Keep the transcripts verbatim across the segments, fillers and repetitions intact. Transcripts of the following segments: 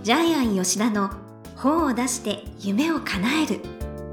ジャイアン吉田の本を出して夢を叶える。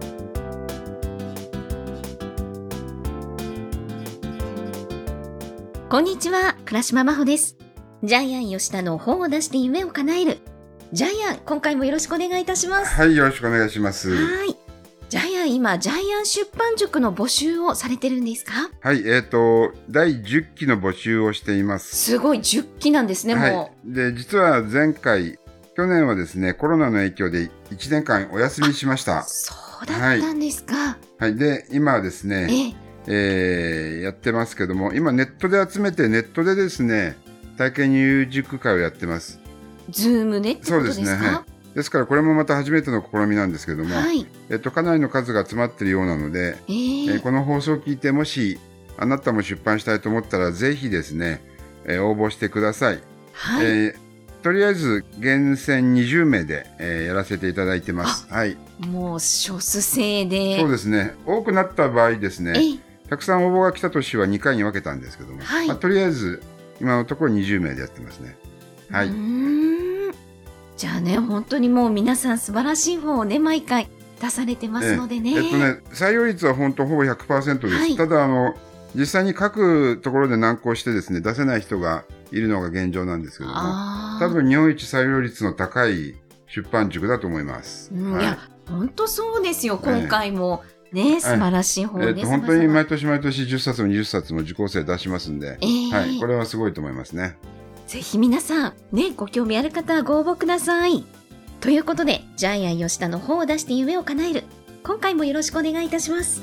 こんにちは、倉島真帆です。ジャイアン吉田の本を出して夢を叶える。ジャイアン、今回もよろしくお願いいたします。 はい、よろしくお願いします。 はい。ジャイアン、今、ジャイアン出版塾の募集をされてるんですか？ はい、えっと、だいじゅっきの募集をしています。 すごい、じゅっきなんですね、もう。 はい。で、実は前回、去年はですね、コロナの影響でいちねんかんお休みしました。 そうだったんですか。はい。 はい、で、今はですね、ええー、やってますけども、今ネットで集めて、ネットでですね、体験入塾会をやってます。 ズームでってことですか？ そうですね。はい。ですからこれもまた初めての試みなんですけども、はい、えっと、かなりの数が集まっているようなので、えーえー、この放送を聞いてもしあなたも出版したいと思ったらぜひですね、えー、応募してください。はい。えー、とりあえず厳選にじゅうめいで、えー、やらせていただいてます。はい。 もう少数制で。 そうですね。多くなった場合ですね、たくさん応募が来た年はにかいに分けたんですけども、はい、まあ、とりあえず今のところにじゅうめいでやってますね。はい。うーん、じゃあね、本当にもう皆さん素晴らしい本をね、毎回出されてますのでね。 ええっとね、採用率は本当ほぼ ひゃくパーセント です。はい、ただあの、実際に書くところで難航してですね、出せない人がいるのが現状なんですけども、多分日本一採用率の高い出版塾だと思います。 うん、はい、いや、本当そうですよ、今回も。ええね、素晴らしい本ね、 えー、と本当に毎年毎年じゅっさつもにじゅっさつも受講生出しますんで、えーはい、これはすごいと思いますね。 ぜひ皆さん、ね、ご興味ある方はご応募ください。ということで、ジャイアン吉田の本を出して夢を叶える。今回もよろしくお願いいたします。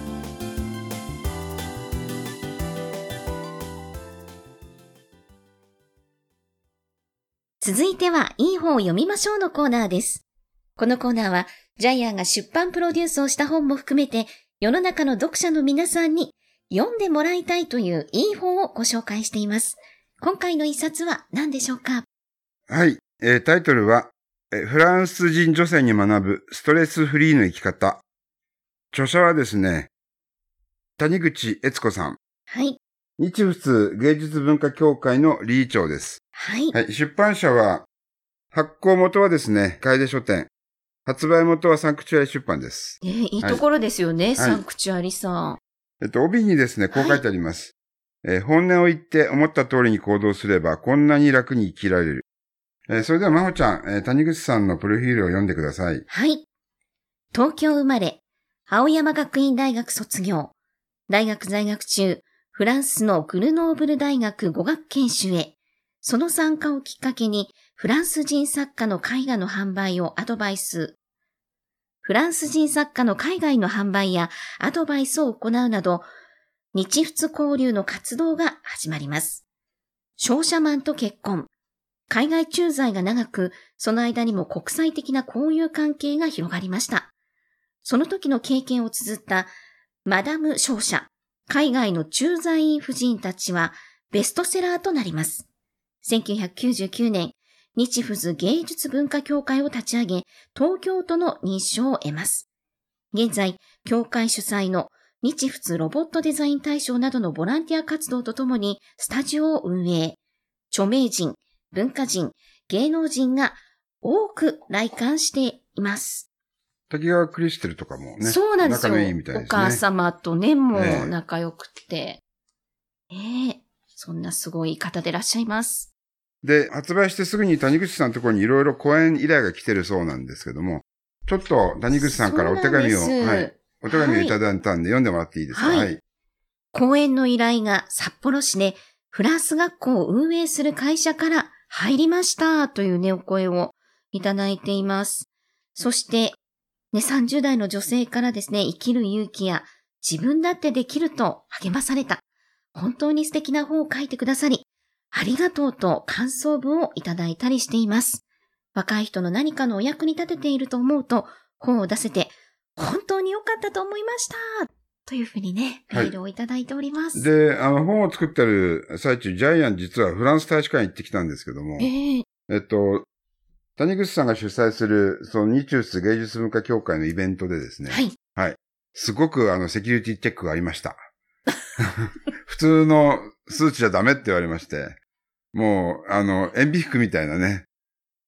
続いては、いい本を読みましょうのコーナーです。このコーナーは、ジャイアンが出版プロデュースをした本も含めて、世の中の読者の皆さんに読んでもらいたいといういい本をご紹介しています。今回の一冊は何でしょうか？ はい、えー、タイトルは、えー、フランス人女性に学ぶストレスフリーの生き方。著者はですね、谷口悦子さん。はい。日仏芸術文化協会の理事長です。はい。はい、出版社は、発行元はですね、楓書店。発売元はサンクチュアリ出版です。 えー、いいところですよね、はい、サンクチュアリさん。 えっと、帯にですね、こう書いてあります。はい、えー、本音を言って思った通りに行動すれば、こんなに楽に生きられる。えー、それでは、まほちゃん、えー、谷口さんのプロフィールを読んでください。 はい。東京生まれ、青山学院大学卒業。大学在学中、フランスのグルノーブル大学語学研修へ。その参加をきっかけに、フランス人作家の絵画の販売をアドバイス。フランス人作家の海外の販売やアドバイスを行うなど、日仏交流の活動が始まります。商社マンと結婚。海外駐在が長く、その間にも国際的な交友関係が広がりました。その時の経験を綴ったマダム商社、海外の駐在員婦人たちはベストセラーとなります。せんきゅうひゃくきゅうじゅうきゅうねん、日仏芸術文化協会を立ち上げ、東京都の認証を得ます。現在、協会主催の日仏ロボットデザイン大賞などのボランティア活動とともにスタジオを運営。著名人、文化人、芸能人が多く来館しています。 滝川クリステルとかもね。 そうなんですよ。 仲のいいみたいですね。 お母様とね、もう仲良くて。えー、えー、そんなすごい方でいらっしゃいます。 で、発売してすぐに谷口さんのところにいろいろ講演依頼が来てるそうなんですけども、ちょっと谷口さんからお手紙を、はい、お手紙をいただいたんで読んでもらっていいですか？はい。はい、 講演の依頼が札幌市でフランス学校を運営する会社から入りましたというね、お声をいただいています。そして、ね、さんじゅう代の女性からですね、生きる勇気や自分だってできると励まされた。本当に素敵な本を書いてくださり、ありがとうと感想文をいただいたりしています。若い人の何かのお役に立てていると思うと、本を出せて、本当に良かったと思いました。というふうにね、メールをいただいております。 はい、で、あの、本を作ってる最中、ジャイアン実はフランス大使館に行ってきたんですけども、えー、えっと、谷口さんが主催する、その日仏芸術文化協会のイベントでですね、はい。はい。すごくあの、セキュリティチェックがありました。普通のスーツじゃダメって言われまして、もう、あの、塩ビ服みたいなね、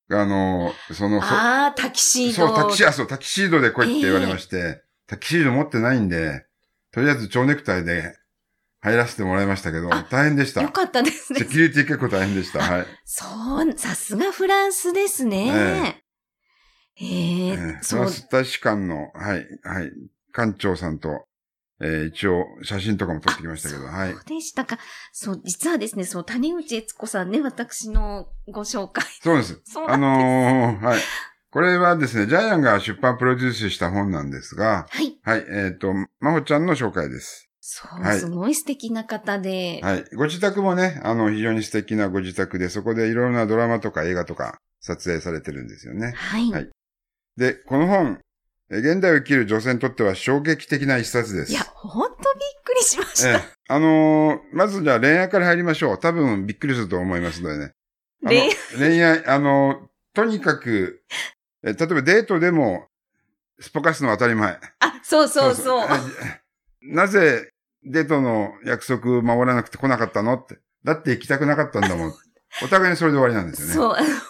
あの、その、 ああ、タキシード。 そう、タキシード、そう、タキシードで来いって言われまして、えー、タキシード持ってないんで、とりあえず蝶ネクタイで入らせてもらいましたけど、大変でした。 よかったですね。 セキュリティ結構大変でした。はい。 そう、さすがフランスですね。えー、えー、 えー、フランス大使館の、はい、はい、館長さんと、えー、一応、写真とかも撮ってきましたけど、はい。 そうでしたか。そう、実はですね、そう、谷口悦子さんね、私のご紹介。 そうです。そうなんです。あのー、はい。これはですね、ジャイアンが出版プロデュースした本なんですが、 はい。 はい、えっと、まほちゃんの紹介です。 そう、はい、すごい素敵な方で。 はい。ご自宅もね、あの、非常に素敵なご自宅で、そこでいろいろなドラマとか映画とか撮影されてるんですよね。 はい。 はい。で、この本、現代を生きる女性にとっては衝撃的な一冊です。 いや、ほんとびっくりしました。ええ、 あのー、まずじゃあ恋愛から入りましょう。多分びっくりすると思いますのでね。恋愛恋愛、あのー、とにかく、え、例えばデートでも、すっぽかすのは当たり前。 あ、そうそうそう。そうそうなぜデートの約束守らなくて来なかったのって。だって行きたくなかったんだもん。お互いにそれで終わりなんですよね。 そう。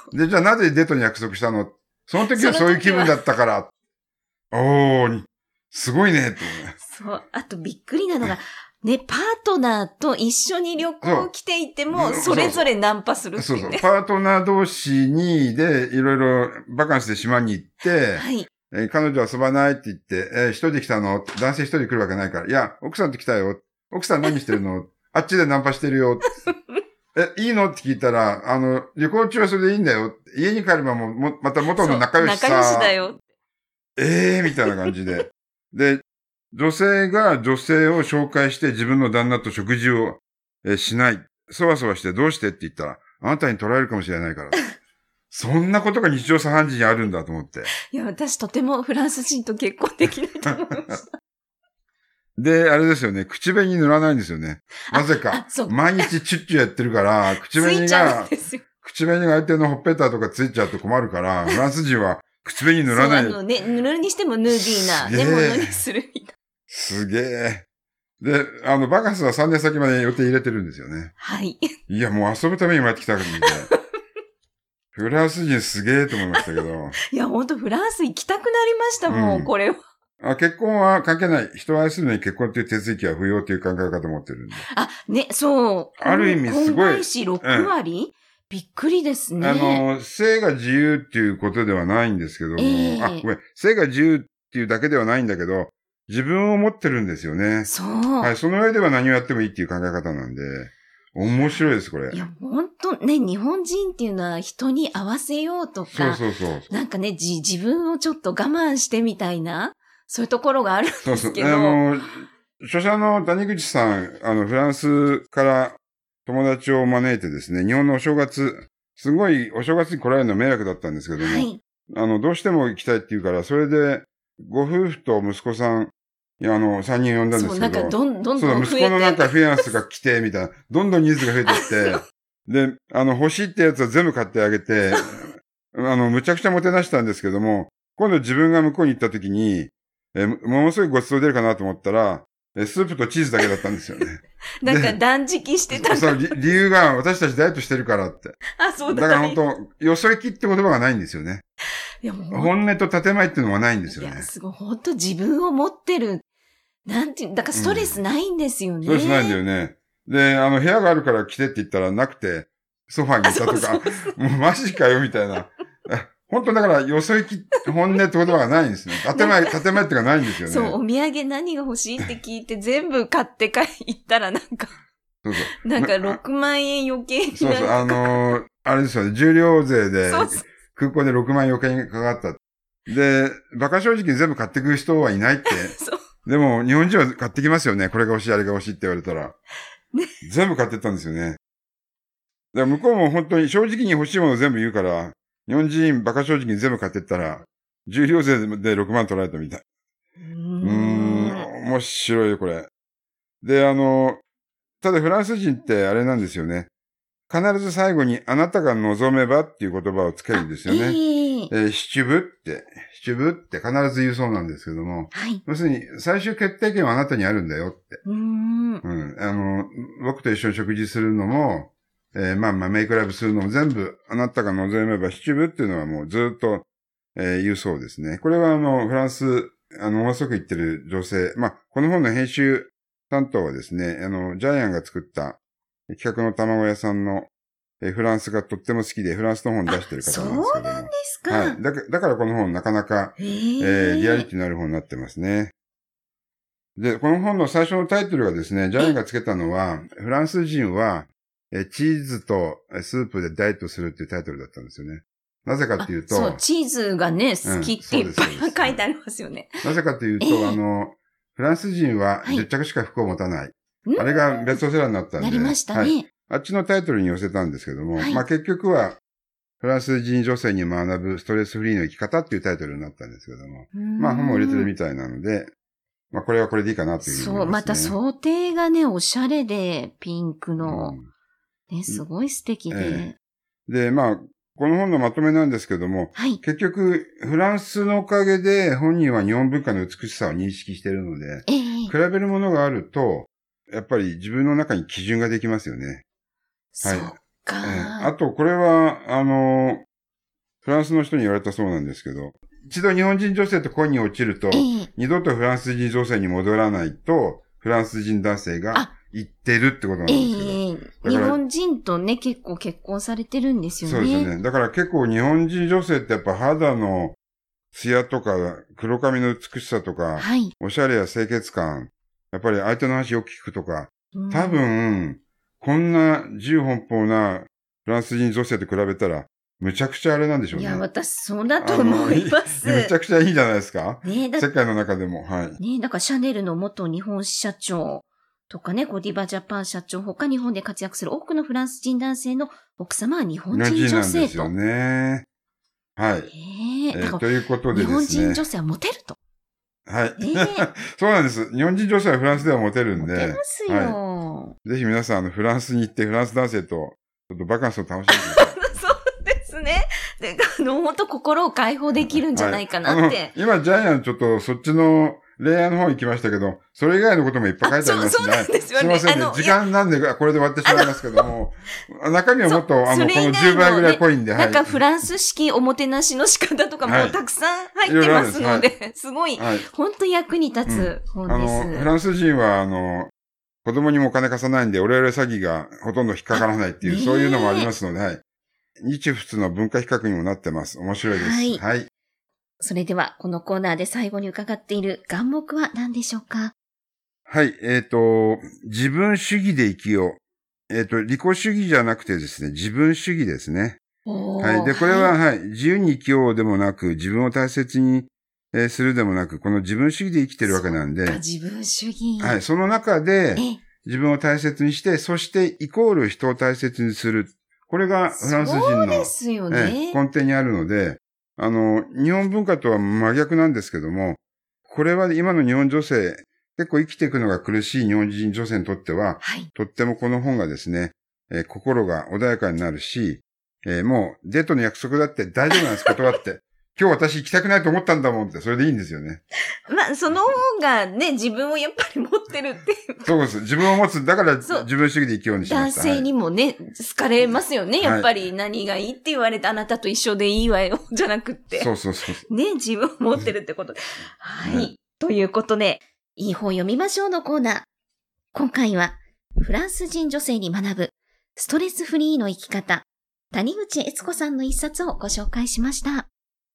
で、じゃあなぜデートに約束したの？その時はそういう気分だったから。おー、すごいね、と。 そう。あとびっくりなのが、ね、パートナーと一緒に旅行来ていても、それぞれナンパするっていうね。 そうそう。パートナー同士に、で、いろいろバカンスで島に行って、はい。えー、彼女遊ばないって言って、えー、一人で来たの？男性一人で来るわけないから。いや、奥さんと来たよ。奥さん何してるの？あっちでナンパしてるよ。え、いいのって聞いたら、あの、旅行中はそれでいいんだよ。家に帰ればもう、もまた元の仲良しさ。 仲良しだよ。 ええー、みたいな感じで。で、女性が女性を紹介して自分の旦那と食事を、えー、しない。そわそわしてどうしてって言ったら、あなたに取られるかもしれないから。そんなことが日常茶飯事にあるんだと思って。 いや、私とてもフランス人と結婚できないと思いました。 で、あれですよね。口紅塗らないんですよね。なぜか。毎日チュッチュやってるから、口紅が、口紅が相手のほっぺたとかついちゃうと困るから、フランス人は口紅塗らない。 そう、あのね、塗るにしてもヌーディーな、ね、ものにするみたいな。 すげえ。で、あの、バカンスはさんねん先まで予定入れてるんですよね。 はい。 いや、もう遊ぶためにやってきたわけで。フランス人すげえと思いましたけど。 いや、ほんとフランス行きたくなりましたもん、うん、これは。 あ、結婚は関係ない。人を愛するのに結婚という手続きは不要という考え方を持ってるんで。 あ、ね、そう。 ある意味すごい。 婚外子ろくわり、うん、びっくりですね。 あの、性が自由っていうことではないんですけども、えー、あ、ごめん、性が自由っていうだけではないんだけど、自分を持ってるんですよね。 そう。 はい、その上では何をやってもいいっていう考え方なんで、面白いです、これ。 いや、ほんとね、日本人っていうのは人に合わせようとか、 そうそうそう。 なんかね、じ、自分をちょっと我慢してみたいな、そういうところがあるんですけど。そうそう。 あの、著者の谷口さん、あの、フランスから友達を招いてですね、日本のお正月、すごいお正月に来られるの迷惑だったんですけども、はい、あの、どうしても行きたいって言うから、それで、ご夫婦と息子さん、いや、あの、さんにん呼んだんですけど、そう、なんかどん、どんどん増えて。 そう、息子のなんかフィアンスが来て、みたいな、どんどん人数が増えてって、で、あの、欲しいってやつは全部買ってあげて、あの、むちゃくちゃもてなしたんですけども、今度自分が向こうに行った時に、え、ものすごいごちそう出るかなと思ったら、え、スープとチーズだけだったんですよね。 なんか断食してたそう、理由が私たちダイエットしてるからって。 あ、そうだ。 だから本当、よそ行きって言葉がないんですよね。いやもう本音と建前っていうのがないんですよね。 いや、すごい、本当自分を持ってる。なんていう、だからストレスないんですよね。 うん、ストレスないんだよね。で、あの、部屋があるから来てって言ったらなくて、ソファにいたとか、そうそうそう、もうマジかよみたいな。本当だから、よそ行き、本音って言葉がないんですね。建前、建前っていうかないんですよね。 そう、お土産何が欲しいって聞いて全部買って帰ったらなんか、そうそう。なんかろくまんえん余計に。 そうそう、あのー、あれですよね、重量税で、空港でろくまんえん余計にかかった。で、馬鹿正直に全部買ってくる人はいないって。そう。でも、日本人は買ってきますよね。これが欲しい、あれが欲しいって言われたら。ね。全部買ってったんですよね。だから向こうも本当に正直に欲しいものを全部言うから、日本人馬鹿正直に全部買ってったら、重量税でろくまん取られたみたい。うーん、面白いよ、これ。で、あの、ただフランス人ってあれなんですよね。必ず最後にあなたが望めばっていう言葉をつけるんですよね。えー、えー、シチュブって、シチュブって必ず言うそうなんですけども。はい。要するに最終決定権はあなたにあるんだよって。うーん。うん。あの、僕と一緒に食事するのも、 えー、まあまあメイクラブするのも全部あなたが望めば七部っていうのはもうずっと、えー、言うそうですね。これはあの、フランス、あの、ものすごく言ってる女性、まあ、この本の編集担当はですね、あの、ジャイアンが作った企画の卵屋さんの、えー、フランスがとっても好きで、フランスの本出してる方なんですけども。 そうなんですか。 はい。だから、だからこの本なかなか、えー、リアリティのある本になってますね。で、この本の最初のタイトルがですね、ジャイアンがつけたのは、フランス人は、えチーズとスープでダイエットするっていうタイトルだったんですよね。なぜかっていうと。 そう、チーズがね、好きっていっぱい書いてありますよね。 なぜかというと、えー、あの、フランス人はじゅっ着しか服を持たない。はい、あれがベストセラーになったんで。 なりましたね、はい。 あっちのタイトルに寄せたんですけども、はい、まあ結局は、フランス人女性に学ぶストレスフリーの生き方っていうタイトルになったんですけども、まあ本も入れてるみたいなので、まあこれはこれでいいかなというふうに思いますね。 そう、また想定がね、おしゃれで、ピンクの、うんね、すごい素敵で、えー。で、まあ、この本のまとめなんですけども、はい、結局、フランスのおかげで本人は日本文化の美しさを認識しているので、えー、比べるものがあると、やっぱり自分の中に基準ができますよね。 はい。そっか、 えー。あと、これは、あの、フランスの人に言われたそうなんですけど、一度日本人女性と恋に落ちると、えー、二度とフランス人女性に戻らないと、フランス人男性が言ってるってことなんですけど。えー、日本人とね、結構結婚されてるんですよね。 そうですね。だから結構日本人女性ってやっぱ肌のツヤとか黒髪の美しさとか、はい、おしゃれや清潔感、やっぱり相手の話よく聞くとか、多分、こんな自由奔放なフランス人女性と比べたら、むちゃくちゃあれなんでしょうね。 いや、私、そうだと思います。 むちゃくちゃいいんじゃないですか。ねだ世界の中でも。はい。 ねだからシャネルの元日本支社長とかね、ゴディバジャパン社長、他日本で活躍する多くのフランス人男性の奥様は日本人女性と。日本人なんですよね。はい。 えー、 えー、ということでですね。 日本人女性はモテると。 はい。えー、そうなんです。日本人女性はフランスではモテるんで。 モテますよ、 はい。ぜひ皆さん、あの、フランスに行って、フランス男性と、ちょっとバカンスを楽しんでください。 そうですね。で、あの、本当心を解放できるんじゃないかなって。はい、 今、ジャイアンちょっとそっちの恋愛の方行きましたけど、それ以外のこともいっぱい書いてありますね。 そうなんですよね。 すいませんね。時間なんでこれで終わってしまいますけども、中身はもっと、あの、このじゅうばいぐらい濃いんで、 はい。なんかフランス式おもてなしの仕方とかもたくさん入ってますので、はい、すごい、はい、本当役に立つ本です、 うん。あの、フランス人は、あの、子供にもお金貸さないんで、オレオレ詐欺がほとんど引っかからないっていう、そういうのもありますので、はい。日仏の文化比較にもなってます。面白いです。はい。はい、 それでは、このコーナーで最後に伺っている願目は何でしょうか？ はい。えっと、自分主義で生きよう。えっと、利己主義じゃなくてですね、自分主義ですね。はい。で、これは、はい、はい、自由に生きようでもなく、自分を大切に、えー、するでもなく、この自分主義で生きてるわけなんで。 自分主義。 はい。その中で、自分を大切にして、そしてイコール人を大切にする。これがフランス人の、 そうですよね、 根底にあるので、あの、日本文化とは真逆なんですけども、これは今の日本女性、結構生きていくのが苦しい日本人女性にとっては、はい、とってもこの本がですね、えー、心が穏やかになるし、えー、もうデートの約束だって大丈夫なんです、断って。今日私行きたくないと思ったんだもんって、それでいいんですよね。 まあ、その方がね、自分をやっぱり持ってるっていう。 そうです。自分を持つ。だから自分主義で生きようにしました。 男性にもね、はい、好かれますよね。やっぱり何がいいって言われて、あなたと一緒でいいわよ、じゃなくって。 そうそうそう。 ね、自分を持ってるってこと。はい、ね。ということで、いい本読みましょうのコーナー。今回は、フランス人女性に学ぶ、ストレスフリーの生き方、谷口悦子さんの一冊をご紹介しました。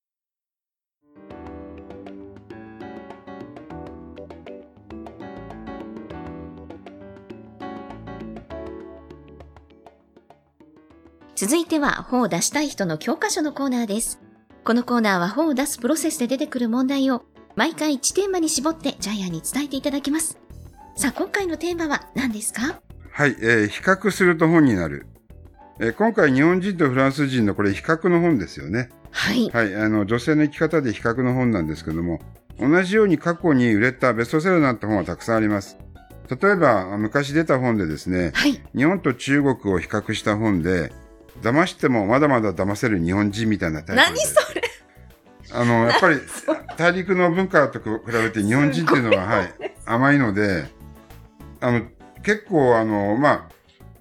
続いては本を出したい人の教科書のコーナーです。このコーナーは本を出すプロセスで出てくる問題を毎回いちテーマに絞ってジャイアンに伝えていただきます。さあ、今回のテーマは何ですか？ はい、えー、比較すると本になる。えー、今回日本人とフランス人のこれ比較の本ですよね。 はい。 はい、あの女性の生き方で比較の本なんですけども、同じように過去に売れたベストセラーになった本はたくさんあります。例えば昔出た本でですね、はい、日本と中国を比較した本で、騙してもまだまだ騙せる日本人みたいなタイトルで。 何それ？ あの、やっぱり大陸の文化と比べて日本人っていうのは、はい、甘いので、あの、結構あの、まあ、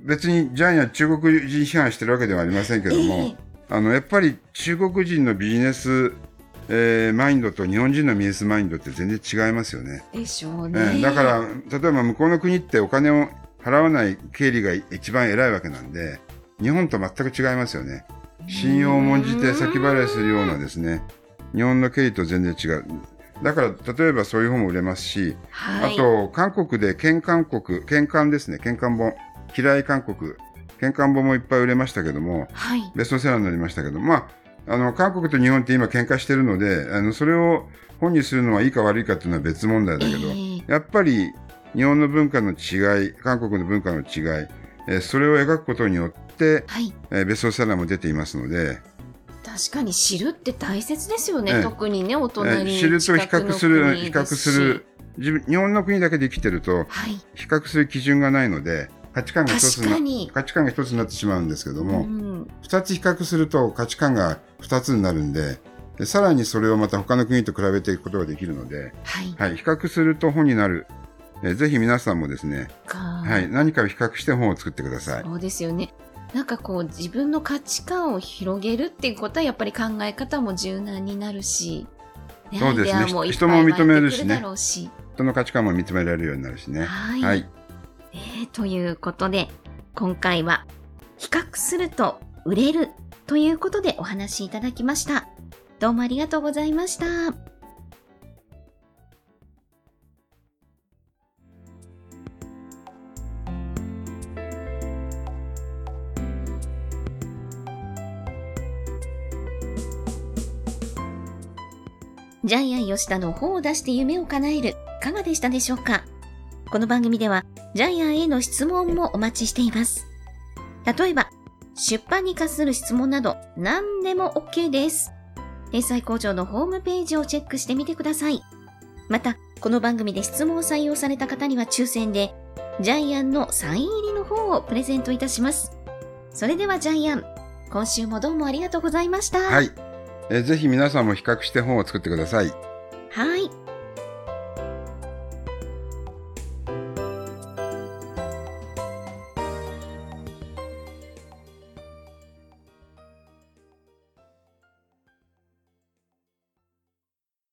別にジャイアン中国人批判してるわけではありませんけども、えー、あのやっぱり中国人のビジネス、えー、マインドと日本人のビジネスマインドって全然違いますよね。 でしょうね。 えー、だから例えば向こうの国ってお金を払わない経理が一番偉いわけなんで、日本と全く違いますよね。信用を重んじて先払いするようなですね、日本の経理と全然違う。だから例えばそういう本も売れますし、はい、あと韓国で喧韓国、喧韓ですね、喧韓本、嫌い韓国、喧韓本もいっぱい売れましたけども、はい、ベストセラーになりましたけど、まあ、あの韓国と日本って今喧嘩してるので、あのそれを本にするのはいいか悪いかっていうのは別問題だけど、えー、やっぱり日本の文化の違い、韓国の文化の違い、えー、それを描くことによって、はい、えー、ベストセラーも出ていますので、 確かに知るって大切ですよね、えー、特にね、お隣に知ると比較する、比較する、自分日本の国だけで生きてると、はい、比較する基準がないので、価値観が一つに価値観が一つになってしまうんですけども、うん、二つ比較すると価値観が二つになるんで、でさらにそれをまた他の国と比べていくことができるので、はいはい、比較すると本になる。えぜひ皆さんもですね、はい、何かを比較して本を作ってください。 そうですよね。なんかこう自分の価値観を広げるっていうことはやっぱり考え方も柔軟になるし、 ね、そうですね。人も認めるしね。人の価値観も認められるようになるしね。はい。はい、 えー、ということで今回は比較すると売れるということでお話しいただきました。どうもありがとうございました。ジャイアン吉田の本を出して夢を叶える、いかがでしたでしょうか？この番組ではジャイアンへの質問もお待ちしています。例えば、出版に関する質問など何でも OK です。天才工場のホームページをチェックしてみてください。また、この番組で質問を採用された方には抽選で、ジャイアンのサイン入りの本をプレゼントいたします。それではジャイアン、今週もどうもありがとうございました。 はい。えー、ぜひ皆さんも比較して本を作ってください。 はい。